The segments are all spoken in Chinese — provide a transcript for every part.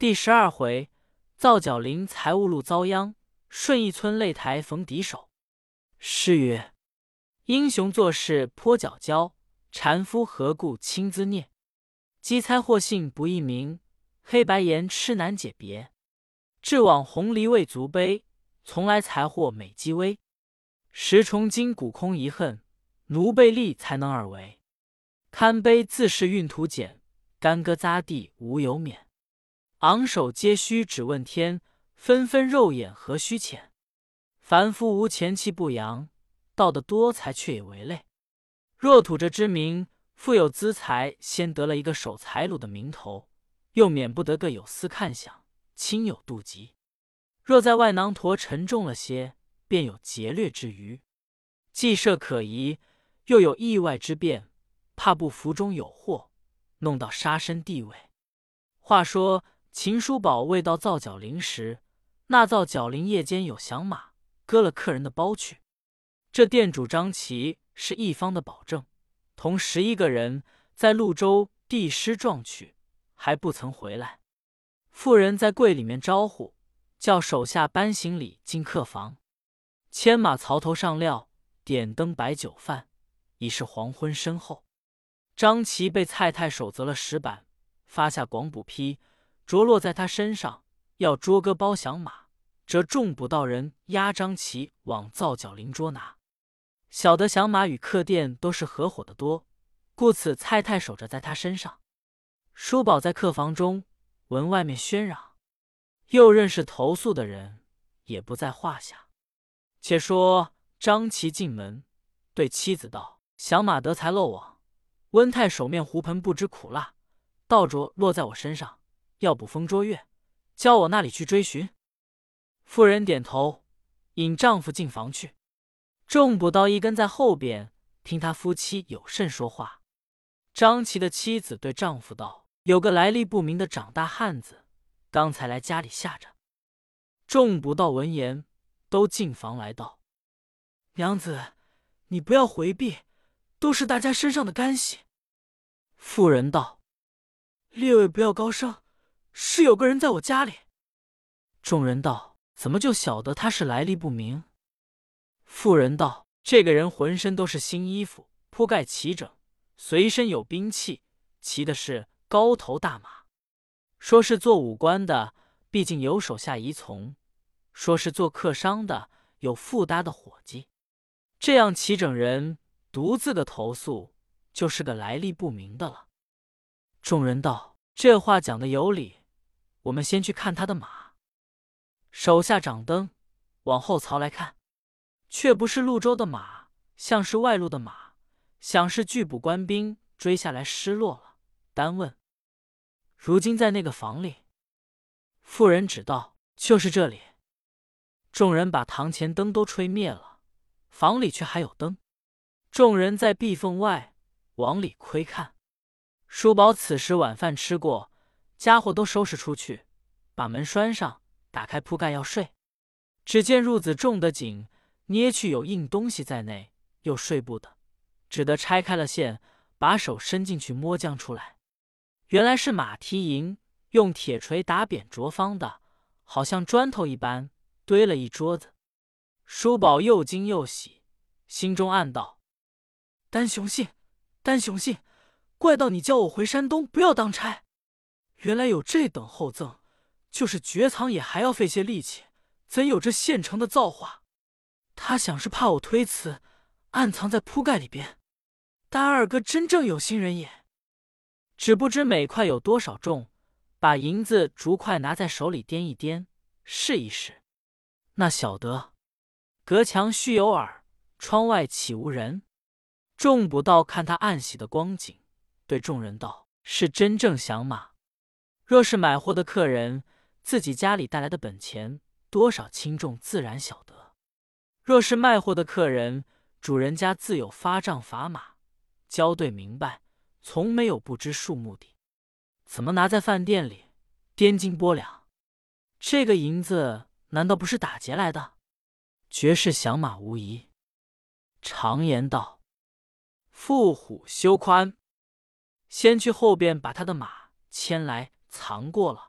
第12回，皂角林财物路遭殃，顺义村擂台逢敌手。诗曰：英雄做事颇矫娇，谗夫何故轻滋孽？积猜获信不易明，黑白言痴难解别。至往红梨未足悲，从来财货美积微。十重金骨空遗恨，奴被利才能而为。堪悲自是运途简，干戈匝地无由免。昂首皆须只问天，纷纷肉眼何须遣？凡夫无钱气不扬，道得多财却也为累。若吐着之名，富有资财，先得了一个守财路的名头，又免不得个有司看想，亲友妒忌。若在外囊驮沉重了些，便有劫掠之余。计设可疑，又有意外之变，怕不服中有祸，弄到杀身地位。话说秦叔宝未到皂角林时，那皂角林夜间有响马割了客人的包去。这店主张琪是一方的保证，同11个人在潞州递诗状去，还不曾回来。妇人在柜里面招呼，叫手下搬行李进客房，牵马槽头上料，点灯摆酒饭，已是黄昏深后。张琪被蔡太守责了10板，发下广补批，着落在他身上，要捉割包响马，则众捕道人押张琪往皂角林捉拿。晓得响马与客店都是合伙的多，故此蔡太守着在他身上。叔宝在客房中闻外面喧嚷，又认识投诉的人，也不在话下。且说张琪进门，对妻子道：响马得财漏网，温太守面胡盆不知苦辣，倒着落在我身上，要捕风捉月，叫我那里去追寻。妇人点头，引丈夫进房去。众捕道一跟在后边，听他夫妻有甚说话。张琪的妻子对丈夫道：有个来历不明的长大汉子，刚才来家里下着。众捕道闻言，都进房来道：娘子，你不要回避，都是大家身上的干系。妇人道：列位不要高声，是有个人在我家里。众人道：怎么就晓得他是来历不明？妇人道：这个人浑身都是新衣服，铺盖齐整，随身有兵器，骑的是高头大马。说是做武官的，毕竟有手下仪从；说是做客商的，有附搭的伙计。这样齐整人，独自个投诉，就是个来历不明的了。众人道：这话讲的有理，我们先去看他的马。手下掌灯，往后槽来看，却不是潞州的马，像是外路的马，想是拒捕官兵追下来失落了。单问：如今在那个房里？妇人指道：就是这里。众人把堂前灯都吹灭了，房里却还有灯。众人在壁缝外往里窥看。叔宝此时晚饭吃过，家伙都收拾出去，把门拴上，打开铺盖要睡。只见褥子重得紧，捏去有硬东西在内，又睡不得，只得拆开了线，把手伸进去摸将出来。原来是马蹄银，用铁锤打扁着方的，好像砖头一般，堆了一桌子。叔宝又惊又喜，心中暗道：单雄信，单雄信，怪到你叫我回山东不要当差，原来有这等厚赠，就是绝藏也还要费些力气，怎有这现成的造化？他想是怕我推辞，暗藏在铺盖里边。单二哥真正有心人也。只不知每块有多少重，把银子竹块拿在手里掂一掂，试一试。那晓得隔墙须有耳，窗外岂无人？众捕道看他暗喜的光景，对众人道：是真正响马。若是买货的客人，自己家里带来的本钱多少轻重自然晓得。若是卖货的客人，主人家自有发账砝码，交对明白，从没有不知数目的。怎么拿在饭店里颠斤拨两？这个银子难道不是打劫来的？绝是响马无疑。常言道：富虎休宽。先去后边把他的马牵来藏过了，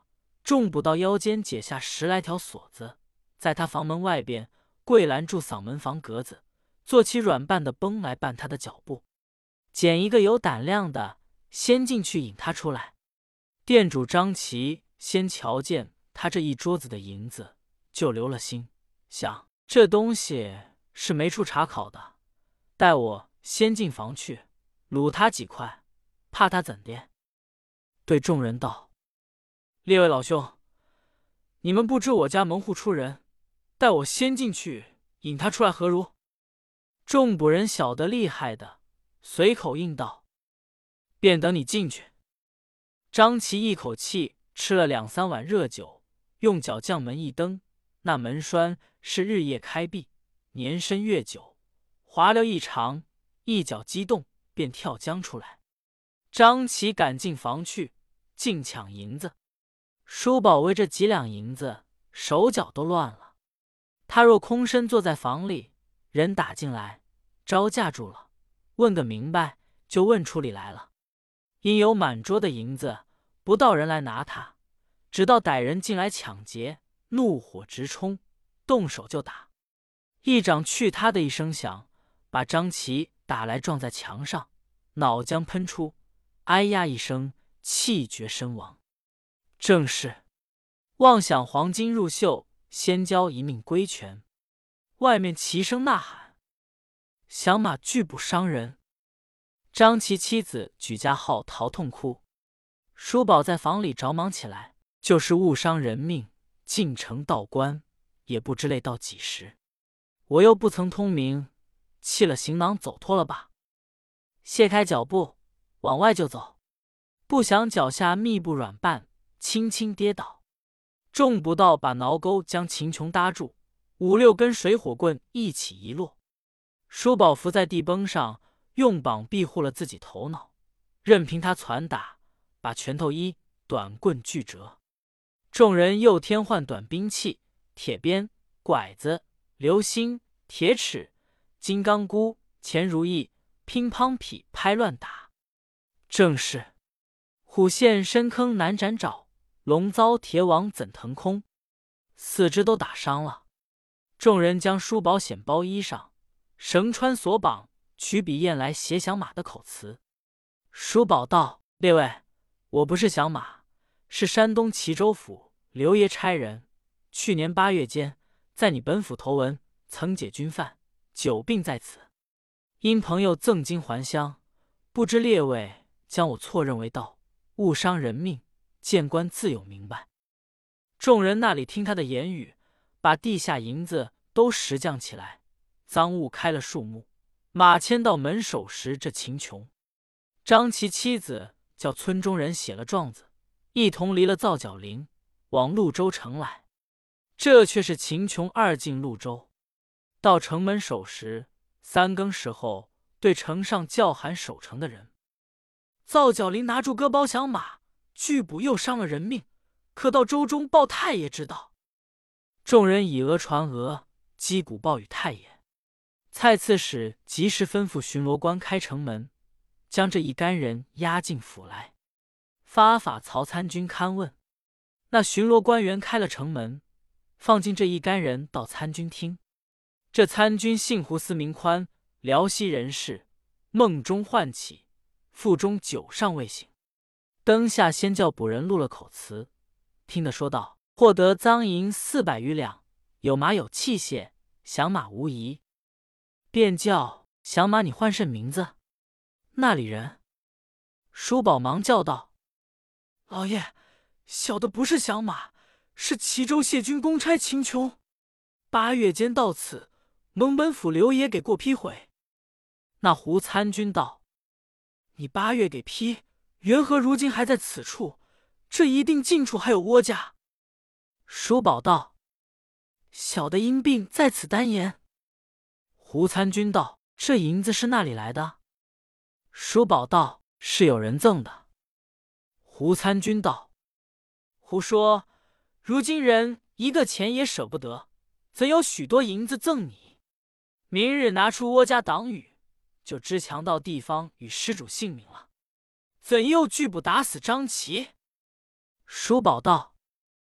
众捕到腰间解下10来条锁子，在他房门外边跪拦住嗓门房格子，做起软绊的绷来绊他的脚步。拣一个有胆量的，先进去引他出来。店主张琪先瞧见他这一桌子的银子，就留了心，想这东西是没处查考的，待我先进房去掳他几块，怕他怎的？对众人道：“列位老兄，你们不知我家门户出人，待我先进去引他出来何如？”众捕人晓得厉害的，随口应道：“便等你进去。”张琪一口气吃了2、3碗热酒，用脚将门一蹬，那门栓是日夜开闭，年深月久，滑溜异常，一脚激动，便跳江出来。张琪赶进房去，尽抢银子。叔宝为这几两银子，手脚都乱了。他若空身坐在房里，人打进来，招架住了，问个明白，就问出理来了。因有满桌的银子，不到人来拿他，直到歹人进来抢劫，怒火直冲，动手就打。一掌去他的一声响，把张琪打来撞在墙上，脑浆喷出，哎呀一声，气绝身亡。正是妄想黄金入袖，先交一命归泉。外面齐声呐喊，响马拒捕伤人。张琪妻子举家号逃痛哭。叔宝在房里着忙起来，就是误伤人命，进城道观，也不知累到几时。我又不曾通明，弃了行囊走脱了吧。卸开脚步，往外就走，不想脚下密布软绊，轻轻跌倒。众捕到把挠钩将秦琼搭住，5、6根水火棍一起一落。叔宝伏在地崩上，用膀庇护了自己头脑，任凭他攒打，把拳头一短棍俱折。众人又添换短兵器，铁鞭、拐子、流星、铁尺、金刚箍、钱如意、乒乓匹拍乱打。正是虎陷深坑难斩爪，龙遭铁网怎腾空，4只都打伤了。众人将叔宝显包衣裳，绳穿锁绑，取笔砚来写响马的口词。叔宝道：“列位，我不是响马，是山东齐州府刘爷差人，去年8月间，在你本府投文，曾解军犯，久病在此，因朋友赠金还乡，不知列位将我错认为盗，误伤人命，见官自有明白。”众人那里听他的言语，把地下银子都拾降起来，赃物开了数目，马牵到门首时，这秦琼、张琪妻子叫村中人写了状子，一同离了皂角林，往潞州城来。这却是秦琼2进潞州，到城门首时，3更时候，对城上叫喊守城的人：“皂角林拿住割包响马，拒捕又伤了人命，可到州中报太爷知道。”众人以讹传讹，击鼓报与太爷。蔡刺史及时吩咐巡逻官开城门，将这一干人押进府来，发法曹参军勘问。那巡逻官员开了城门，放进这一干人到参军厅。这参军姓胡，司名宽，辽西人士，梦中唤起，腹中酒尚未醒。灯下先叫捕人录了口词，听得说道：“获得赃银400余两，有马有器械，响马无疑。”便叫：“响马你唤甚名字？那里人？”叔宝忙叫道：“老爷，小的不是响马，是齐州谢军公差秦琼。8月间到此，蒙本府刘爷给过批回。”那胡参军道：“你8月给批，缘何如今还在此处？这一定近处还有窝家。”叔宝道：“小的因病在此单言。”胡参军道：“这银子是那里来的？”叔宝道：“是有人赠的。”胡参军道：“胡说！如今人一个钱也舍不得，怎有许多银子赠你？明日拿出窝家党羽，就知强盗地方与施主性命了。怎又拒不打死张琪？”叔宝道：“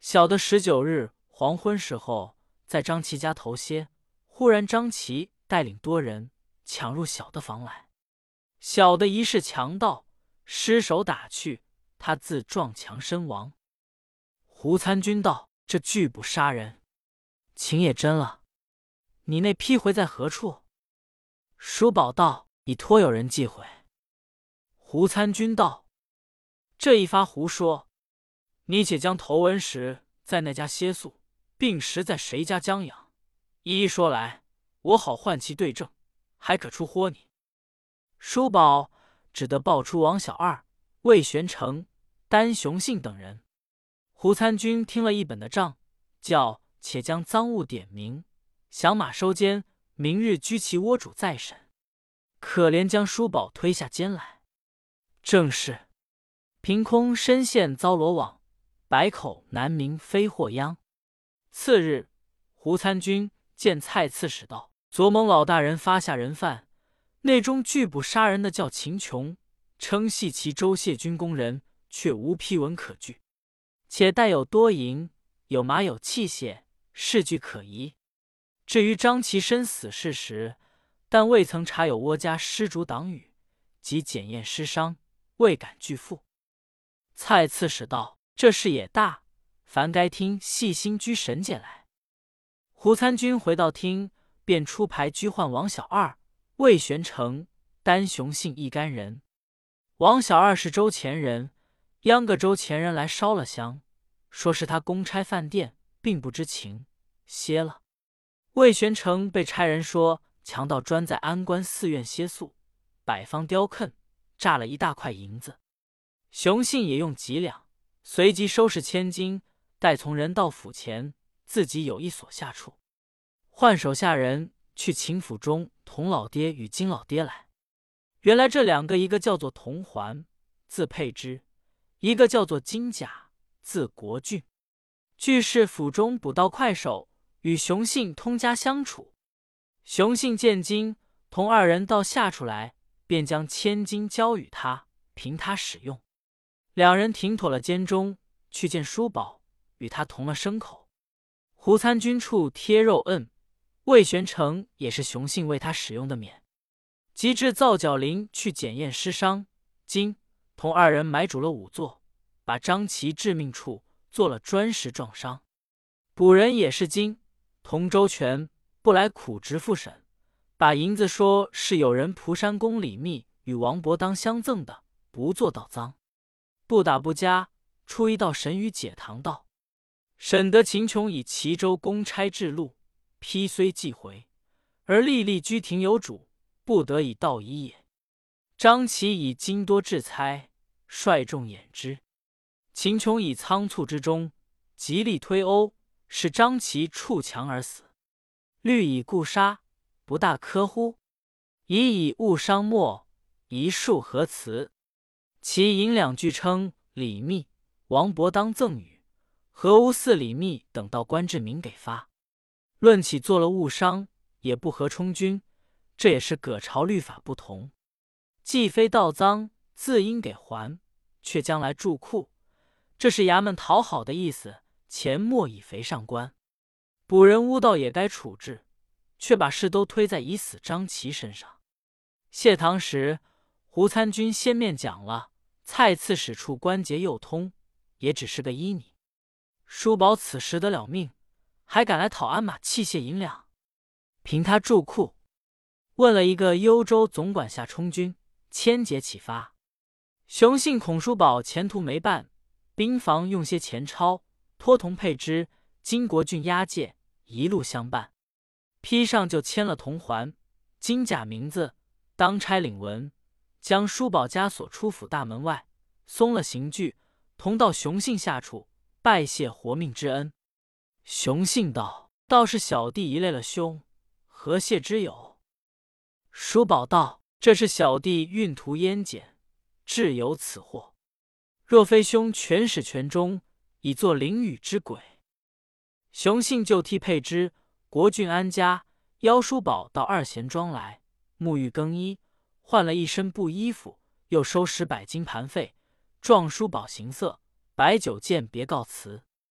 小的19日黄昏时候，在张琪家头歇，忽然张琪带领多人抢入小的房来，小的疑是强盗，失手打去，他自撞墙身亡。胡参军道：“这拒捕杀人，情也真了。你那批回在何处？”叔宝道：“已托有人寄回。”胡参军道：“这一发胡说！你且将头文时在那家歇宿，并时在谁家将养，一一说来，我好换其对证，还可出豁你。”叔宝只得报出王小二、魏玄成、单雄信等人。胡参军听了一本的账，叫且将赃物点名，降马收监，明日居其窝主再审。可怜将叔宝推下监来。正是凭空深陷糟罗网，百口难鸣非祸殃。次日，胡参军见蔡刺史道：“左蒙老大人发下人犯，内中拒捕杀人的叫秦琼，称系其州谢军工人，却无批文可据，且带有多银，有马有器械，事据可疑。至于张其身死事实，但未曾查有倭家失主党羽，及检验尸伤，未敢拒付。”蔡刺史道：“这事也大，凡该听细心居审解来。”胡参军回到厅，便出牌拘唤王小二、魏玄成、单雄信一干人。王小二是州前人，央个州前人来烧了香，说是他公差饭店，并不知情，歇了。魏玄成被差人说强盗专在安关寺院歇宿，百方刁困，诈了1大块银子。雄信也用几两，随即收拾千金，待从人到府前，自己有一所下处，换手下人去秦府中童老爹与金老爹来。原来这两个，一个叫做童环，字佩之；一个叫做金甲，字国俊。俱是府中捕盗快手，与雄信通家相处。雄信见金同二人到下处来，便将千金交与他，凭他使用。两人停妥了监中，去见叔宝，与他同了牲口。胡参军处贴肉摁，魏玄成也是雄信为他使用的免。及至皂角林去检验尸伤，金同二人买主了仵作，把张琪致命处做了砖石撞伤。捕人也是金同周全，不来苦直复审，把银子说是有人蒲山公李密与王伯当相赠的，不做到赃。不打不加，初一到审与解堂道，审得秦琼以齐州公差制录，批虽寄回，而历历居庭有主，不得以盗遗也。张琪以金多制猜，率众掩之。秦琼以仓促之中，极力推殴，使张琪触墙而死。虑以故杀，不大科乎？已以误伤没，一数何辞？其银两据称李密、王伯当赠与，何无似李密等到关志明给发？论起做了误伤，也不合充军，这也是葛朝律法不同。既非盗赃，自应给还，却将来住库，这是衙门讨好的意思，钱莫以肥上官。捕人诬盗也该处置，却把事都推在已死张琪身上。谢堂时，胡参军先面讲了，蔡刺史处关节又通，也只是个依你。叔宝此时得了命，还敢来讨鞍马器械银两，凭他住库。问了一个幽州总管下充军，千节启发。雄信孔叔宝前途没办，兵房用些钱钞，托同佩之、金国俊押解，一路相伴。批上就签了铜环、金甲名字，当差领文，将叔宝家所出府大门外，松了刑具，同到雄信下处，拜谢活命之恩。雄信道：“倒是小弟遗累了兄，何谢之有？”叔宝道：“这是小弟运途烟简，致有此祸。若非兄全始全终，已作凌雨之鬼。”雄信就替佩之、国俊安家，邀叔宝到二贤庄来，沐浴更衣，换了一身布衣服，又收10百金盘费，状叔宝行色，摆酒饯别告辞。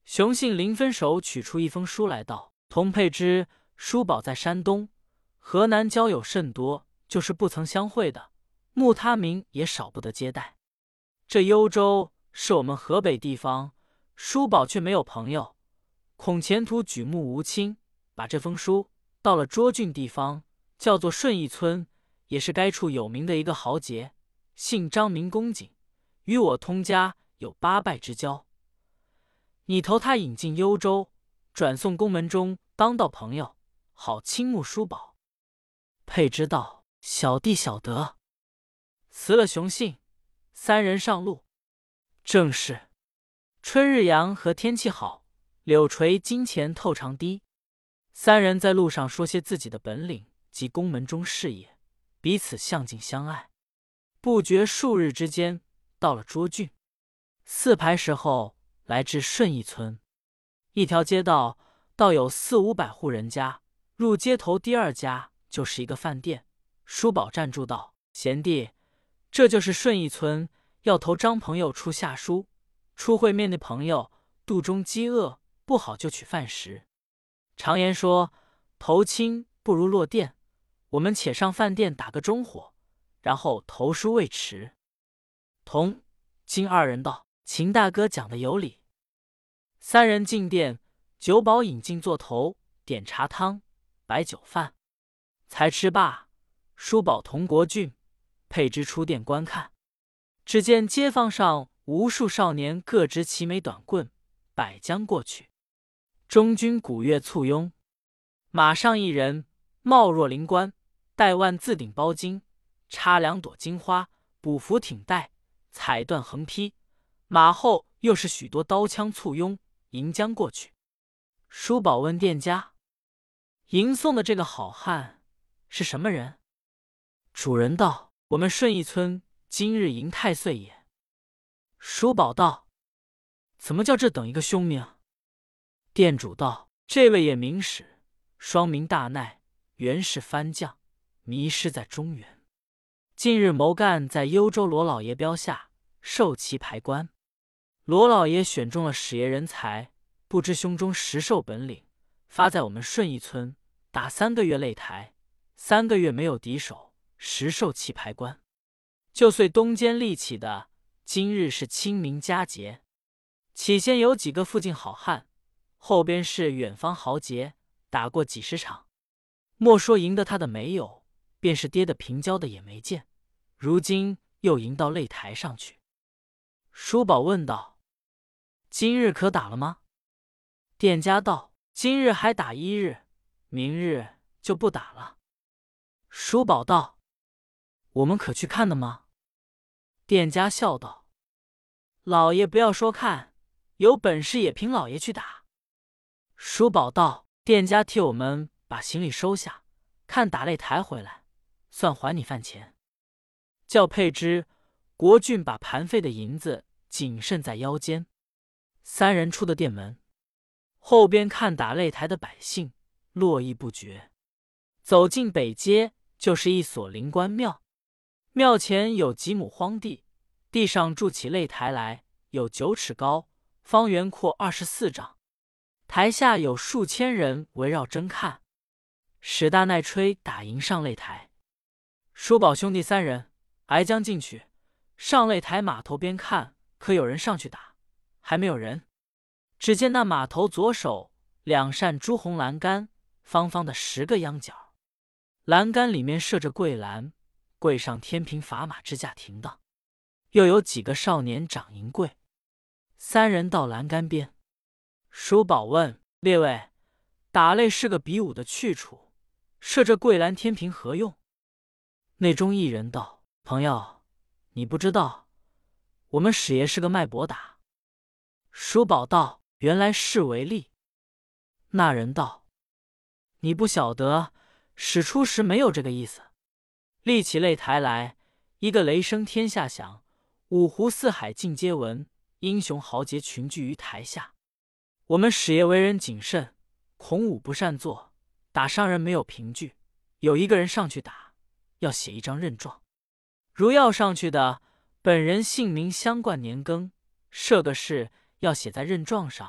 熊信临分手取出一封书来道：“童佩之，叔宝在山东、河南交友甚多，就是不曾相会的，慕他名也少不得接待。这幽州是我们河北地方，叔宝却没有朋友，恐前途举目无亲，把这封书到了涿郡地方，叫做顺义村，也是该处有名的一个豪杰，姓张名公瑾，与我通家有8拜之交。你投他引进幽州，转送宫门中当道朋友，好倾慕叔宝。”佩之道：“小弟晓得。”辞了熊信，3人上路。正是春日阳和天气好，柳垂金钱透长堤。3人在路上说些自己的本领及宫门中事业，彼此相敬相爱。不觉数日之间，到了涿郡。4排时候，来至顺义村，一条街道，倒有400-500户人家。入街头第2家就是一个饭店。叔宝站住道：“贤弟，这就是顺义村，要投张朋友处下书，初会面的朋友肚中饥饿，不好就取饭食。常言说，投亲不如落店，我们且上饭店打个中火，然后投书未迟。”童、金2人道：“秦大哥讲的有理。”3人进店，酒保引进座头，点茶汤、摆酒饭。才吃罢，叔宝同国俊、佩之出店观看，只见街坊上无数少年各执齐眉短棍，摆将过去。中军鼓乐簇拥，马上一人，貌若灵官，戴万字顶包巾，插2朵金花，补服挺带，彩缎横披。马后又是许多刀枪簇拥，迎将过去。叔宝问店家：“迎送的这个好汉是什么人？”主人道：“我们顺义村今日迎太岁也。”叔宝道：“怎么叫这等一个凶名？”店主道：“这位也名史，双名大耐，原是藩将，迷失在中原。近日谋干在幽州罗老爷标下，受其牌官。罗老爷选中了史爷人才，不知胸中实授本领，发在我们顺义村，打3个月擂台，3个月没有敌手，实授其牌官。就遂东间立起的，今日是清明佳节。起先有几个附近好汉，后边是远方豪杰，打过几10场，莫说赢得他的没有，便是跌得平交的也没见，如今又迎到擂台上去。”叔宝问道：“今日可打了吗？”店家道：“今日还打1日，明日就不打了。”叔宝道：“我们可去看的吗？”店家笑道：“老爷不要说看，有本事也凭老爷去打。”叔宝道：“店家替我们把行李收下，看打擂台回来，算还你饭钱。”叫佩之、国俊把盘费的银子谨慎在腰间。3人出的店门，后边看打擂台的百姓络绎不绝。走进北街，就是一所灵官庙，庙前有几亩荒地，地上筑起擂台来，有9尺高，方圆阔24丈。台下有数千人围绕争看。史大耐吹打迎上擂台，叔宝兄弟3人挨将进去，上擂台码头边看，可有人上去打？还没有人。只见那码头左手2扇朱红栏杆，方方的10个秧角，栏杆里面设着桂篮，柜上天平砝码支架停当，又有几个少年掌银柜。3人到栏杆边，叔宝问：“列位，打擂是个比武的去处，设这桂篮天平何用？”内中一人道：“朋友，你不知道，我们史爷是个卖博打。”叔宝道：“原来是为例。”那人道：“你不晓得，史初时没有这个意思。”立起擂台来，一个雷声天下响，五湖四海尽皆闻，英雄豪杰群聚于台下。我们史爷为人谨慎，孔武不善作，打伤人没有凭据，有一个人上去打，要写一张认状。如要上去的，本人姓名、相冠、年庚，设个事要写在认状上，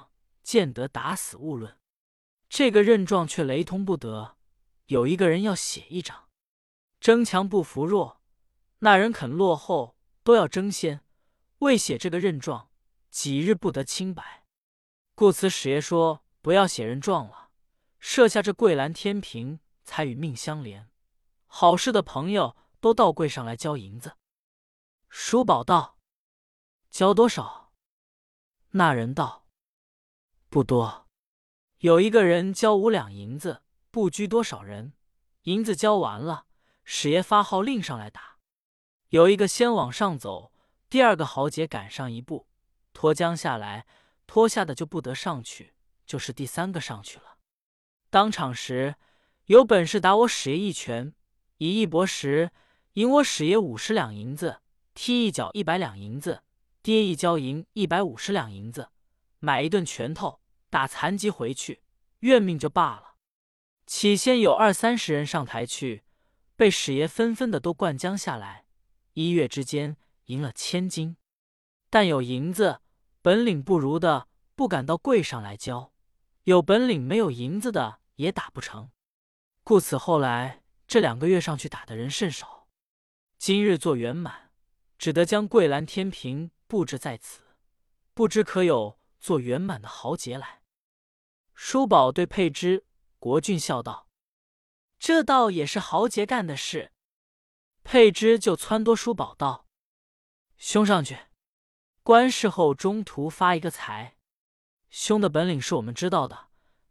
见得打死勿论。这个认状却雷同不得，有一个人要写一张，争强不服弱，那人肯落后，都要争先，为写这个认状，几日不得清白。故此史爷说不要写认状了，设下这桂兰天平，才与命相连。好事的朋友都到柜上来交银子。叔宝道：交多少？那人道：不多。有一个人交5两银子，不拘多少人。银子交完了，史爷发号令上来打。有一个先往上走，第二个豪杰赶上一步，脱缰下来，脱下的就不得上去，就是第3个上去了。当场时，有本事打我史爷一拳，以一搏10，赢我史爷50两银子，踢一脚100两银子，跌一跤赢150两银子，买一顿拳头，打残疾回去，怨命就罢了。起先有20-30人上台去，被史爷纷纷的都灌浆下来，1月之间赢了1000金。但有银子本领不如的，不敢到柜上来交；有本领没有银子的，也打不成。故此后来这2个月上去打的人甚少。今日做圆满，只得将桂兰天平布置在此，不知可有做圆满的豪杰来。叔宝对佩芝、国俊笑道：这倒也是豪杰干的事。佩芝就撺掇叔宝道：兄上去，官事后中途发一个财，兄的本领是我们知道的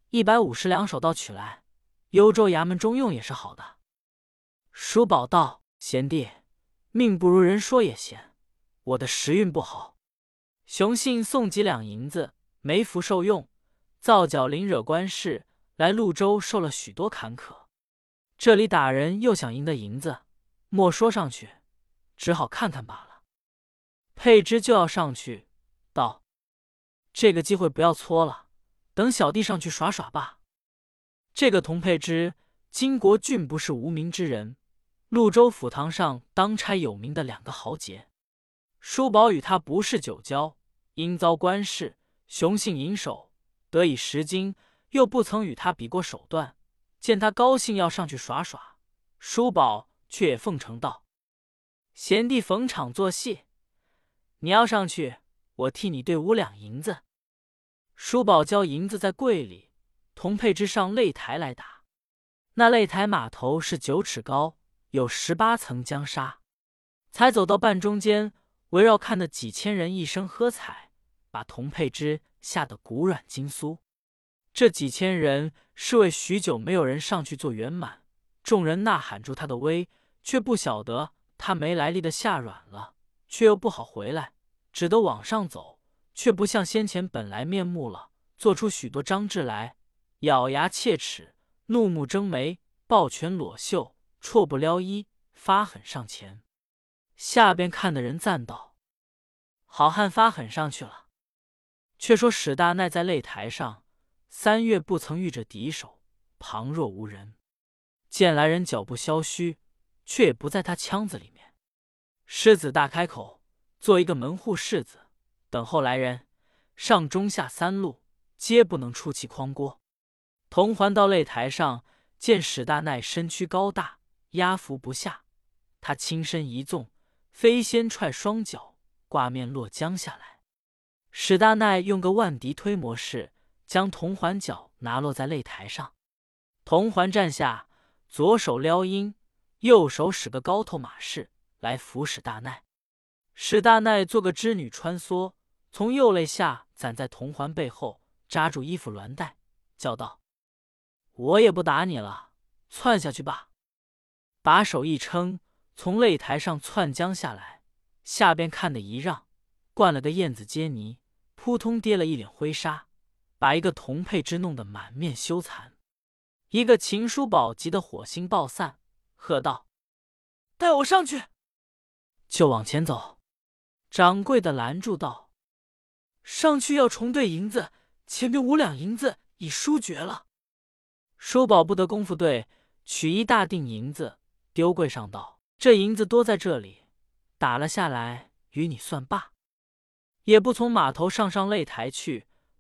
，150两手到取来，幽州衙门中用也是好的。叔宝道：贤弟，命不如人说也闲，我的时运不好，雄信送几两银子，没福受用，皂角林惹官事，来潞州受了许多坎坷。这里打人又想赢得银子，莫说上去，只好看看罢了。佩芝就要上去，道：这个机会不要搓了，等小弟上去耍耍罢。这个童佩芝，金国郡不是无名之人，潞州府堂上当差有名的2个豪杰。叔宝与他不是久交，因遭官事，雄性银手，得以10金，又不曾与他比过手段，见他高兴要上去耍耍，叔宝却也奉承道：贤弟逢场作戏，你要上去，我替你兑5两银子。叔宝交银子在柜里，童佩芝上擂台来打。那擂台码头是9尺高，有18层江沙，才走到半中间，围绕看的几千人一声喝彩，把童佩芝吓得骨软筋酥。这几千人是为许久没有人上去做圆满，众人呐喊住他的威，却不晓得他没来历的吓软了，却又不好回来，只得往上走，却不像先前本来面目了，做出许多张志来，咬牙切齿，怒目睁眉，抱拳裸袖，绰不撩衣，发狠上前。下边看的人赞道：好汉发狠上去了。却说史大奈在擂台上3月不曾遇着敌手，旁若无人，见来人脚步消虚，却也不在他腔子里面。狮子大开口，做一个门户士子，等候来人，上中下3路，皆不能出其框锅。童环到擂台上，见史大奈身躯高大，压服不下，他轻身一纵，飞仙踹双脚，挂面落江下来。史大奈用个万敌推磨式，将童环脚拿落在擂台上。童环站下，左手撩鹰，右手使个高头马式来扶史大奈。史大奈做个织女穿梭，从右肋下攒在童环背后，扎住衣服鸾带，叫道：我也不打你了，窜下去吧。把手一撑，从擂台上窜将下来，下边看的一让，灌了个燕子接泥，扑通跌了一脸灰沙，把一个童佩芝弄得满面羞惭。一个秦叔宝急得火星爆散，喝道：带我上去！就往前走。掌柜的拦住道：上去要重兑银子，前边5两银子已输绝了。叔宝不得功夫兑，取一大锭银子丢柜上道：这银子多在这里，打了下来与你算罢。也不从码头上擂台去，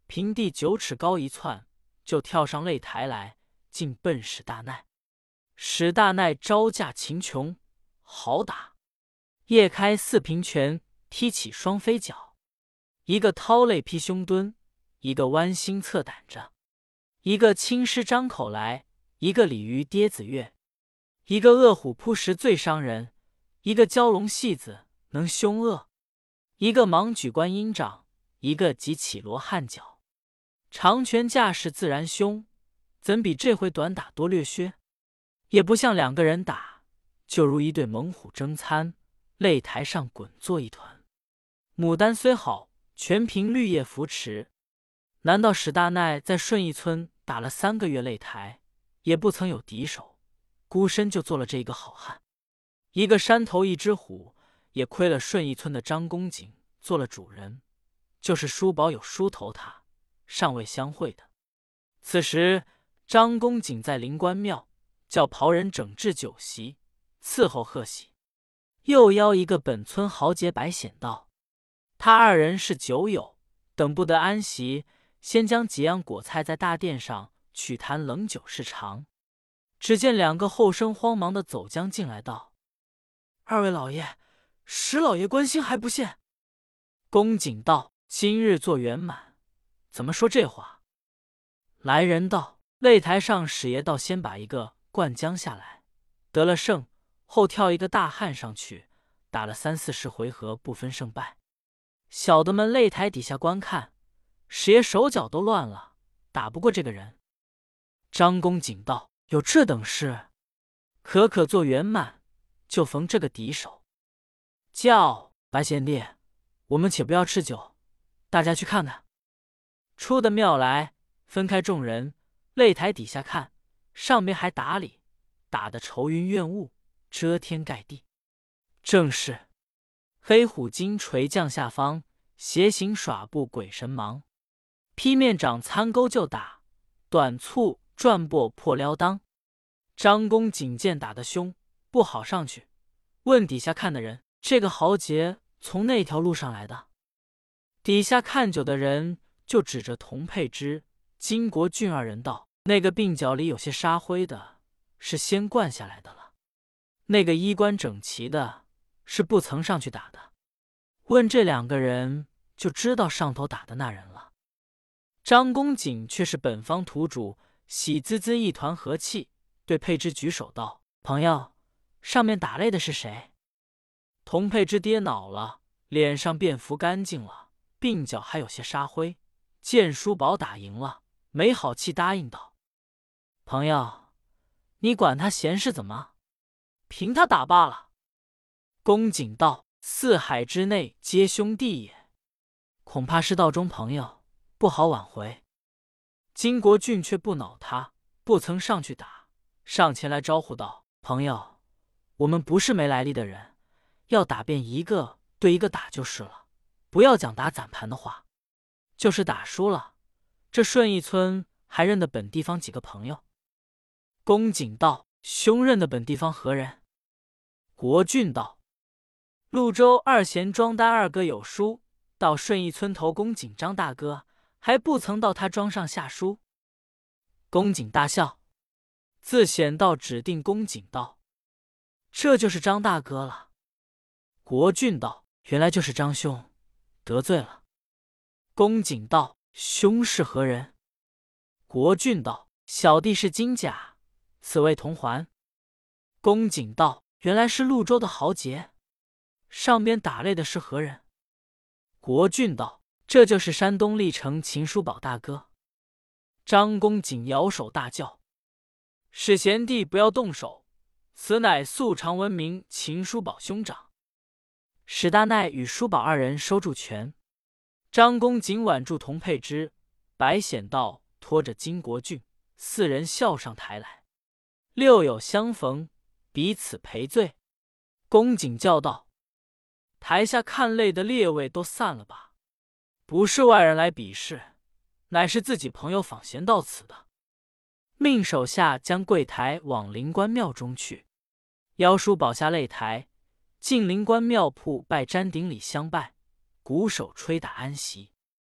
平地9尺高一窜，就跳上擂台来，竟奔史大奈。史大奈招架秦琼，好打！夜开4平拳，踢起双飞脚，一个掏肋劈胸蹲，一个弯心侧胆着，一个青狮张口来，一个鲤鱼跌子跃，一个饿虎扑食最伤人，一个蛟龙戏子能凶恶，一个忙举观音掌，一个急起罗汉脚。长拳架势自然凶，怎比这回短打多略削？也不像2个人打，就如一对猛虎争餐，擂台上滚作一团。牡丹虽好，全凭绿叶扶持。难道史大奈在顺义村打了3个月擂台，也不曾有敌手，孤身就做了这一个好汉？一个山头一只虎，也亏了顺义村的张公瑾做了主人，就是叔宝有梳头他，尚未相会的。此时张公瑾在灵官庙，叫袍人整治酒席，伺候贺喜。又邀一个本村豪杰白显道，他2人是酒友，等不得安席，先将几样果菜在大殿上取坛冷酒试尝。只见2个后生慌忙的走将进来道：“2位老爷，史老爷关心还不现？”公瑾道：“今日做圆满，怎么说这话？”来人道：“擂台上史爷倒先把一个灌浆下来，得了胜，后跳一个大汉上去，打了30-40回合，不分胜败。小的们擂台底下观看，史爷手脚都乱了，打不过这个人。”张公瑾道：“有这等事，可做圆满，就逢这个敌手。叫白贤弟，我们且不要吃酒，大家去看看。”出的庙来，分开众人，擂台底下看，上边还打理，打得愁云怨雾，遮天盖地。正是黑虎金锤降下方，斜行耍步鬼神忙。劈面掌参钩就打，短促转拨破撩裆。张公瑾见打得凶，不好上去，问底下看的人：“这个豪杰从那条路上来的？”底下看酒的人就指着童佩之、金国俊2人道：“那个鬓角里有些沙灰的，是先灌下来的了；那个衣冠整齐的，是不曾上去打的。问这2个人，就知道上头打的那人了。”张公瑾却是本方土主，喜滋滋一团和气，对佩之举手道：“朋友，上面打擂的是谁？”童佩之跌脑了，脸上便浮干净了，鬓角还有些沙灰。见叔宝打赢了，没好气答应道：“朋友，你管他闲事怎么？凭他打罢了。”公瑾道：“四海之内皆兄弟也，恐怕是道中朋友，不好挽回。”金国俊却不恼他，不曾上去打，上前来招呼道：“朋友，我们不是没来历的人，要打便一个对一个打就是了，不要讲打攒盘的话。就是打输了，这顺义村还认得本地方几个朋友？”公瑾道：“兄认得本地方何人？”国俊道：“潞州2贤庄单2哥有书，到顺义村头公瑾张大哥，还不曾到他庄上下书。”公瑾大笑，自显道指定公瑾道：“这就是张大哥了。”国俊道：“原来就是张兄，得罪了。”公瑾道：“兄是何人？”国俊道：“小弟是金甲，此位同环。”公瑾道：“原来是潞州的豪杰，上边打擂的是何人？”国俊道：“这就是山东历城秦叔宝大哥。”张公瑾摇手大叫：“史贤弟不要动手，此乃素常闻名秦叔宝兄长。”史大奈与叔宝2人收住拳，张公瑾挽住童佩之，白显道拖着金国俊，4人笑上台来。六友相逢，彼此赔罪。公瑾叫道：“台下看擂的列位都散了吧，不是外人来比试，乃是自己朋友访贤到此的。”命手下将柜台往灵官庙中去，邀叔宝下擂台，进灵官庙铺拜瞻顶礼相拜，鼓手吹打安息。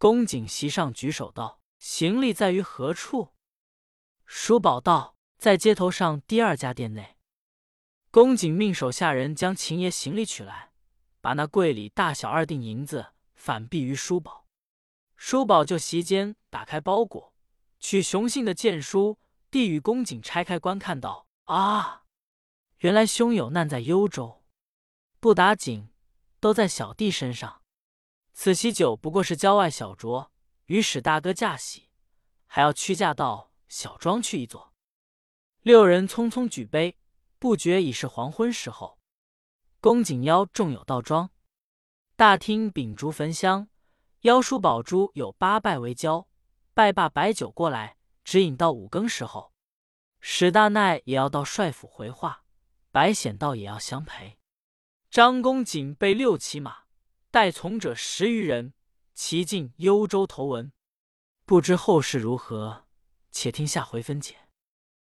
公瑾席上举手道：“行李在于何处？”叔宝道：“在街头上第2家店内。”公瑾命手下人将秦爷行李取来，把那柜里大小2锭银子反币于叔宝。叔宝就席间打开包裹，取熊信的荐书，递与公瑾拆开观看道：“啊，原来兄有难在幽州，不打紧，都在小弟身上。此喜酒不过是郊外小酌，与史大哥驾喜，还要屈驾到小庄去一座。”6人匆匆举杯，不觉已是黄昏时候。公瑾邀众友到庄，大厅秉烛焚香，邀叔宝珠有8拜为交，拜罢摆酒过来，只饮到5更时候。史大奈也要到帅府回话，白显道也要相陪。张公瑾备6骑马，带从者10余人，齐进幽州投文。不知后事如何，且听下回分解。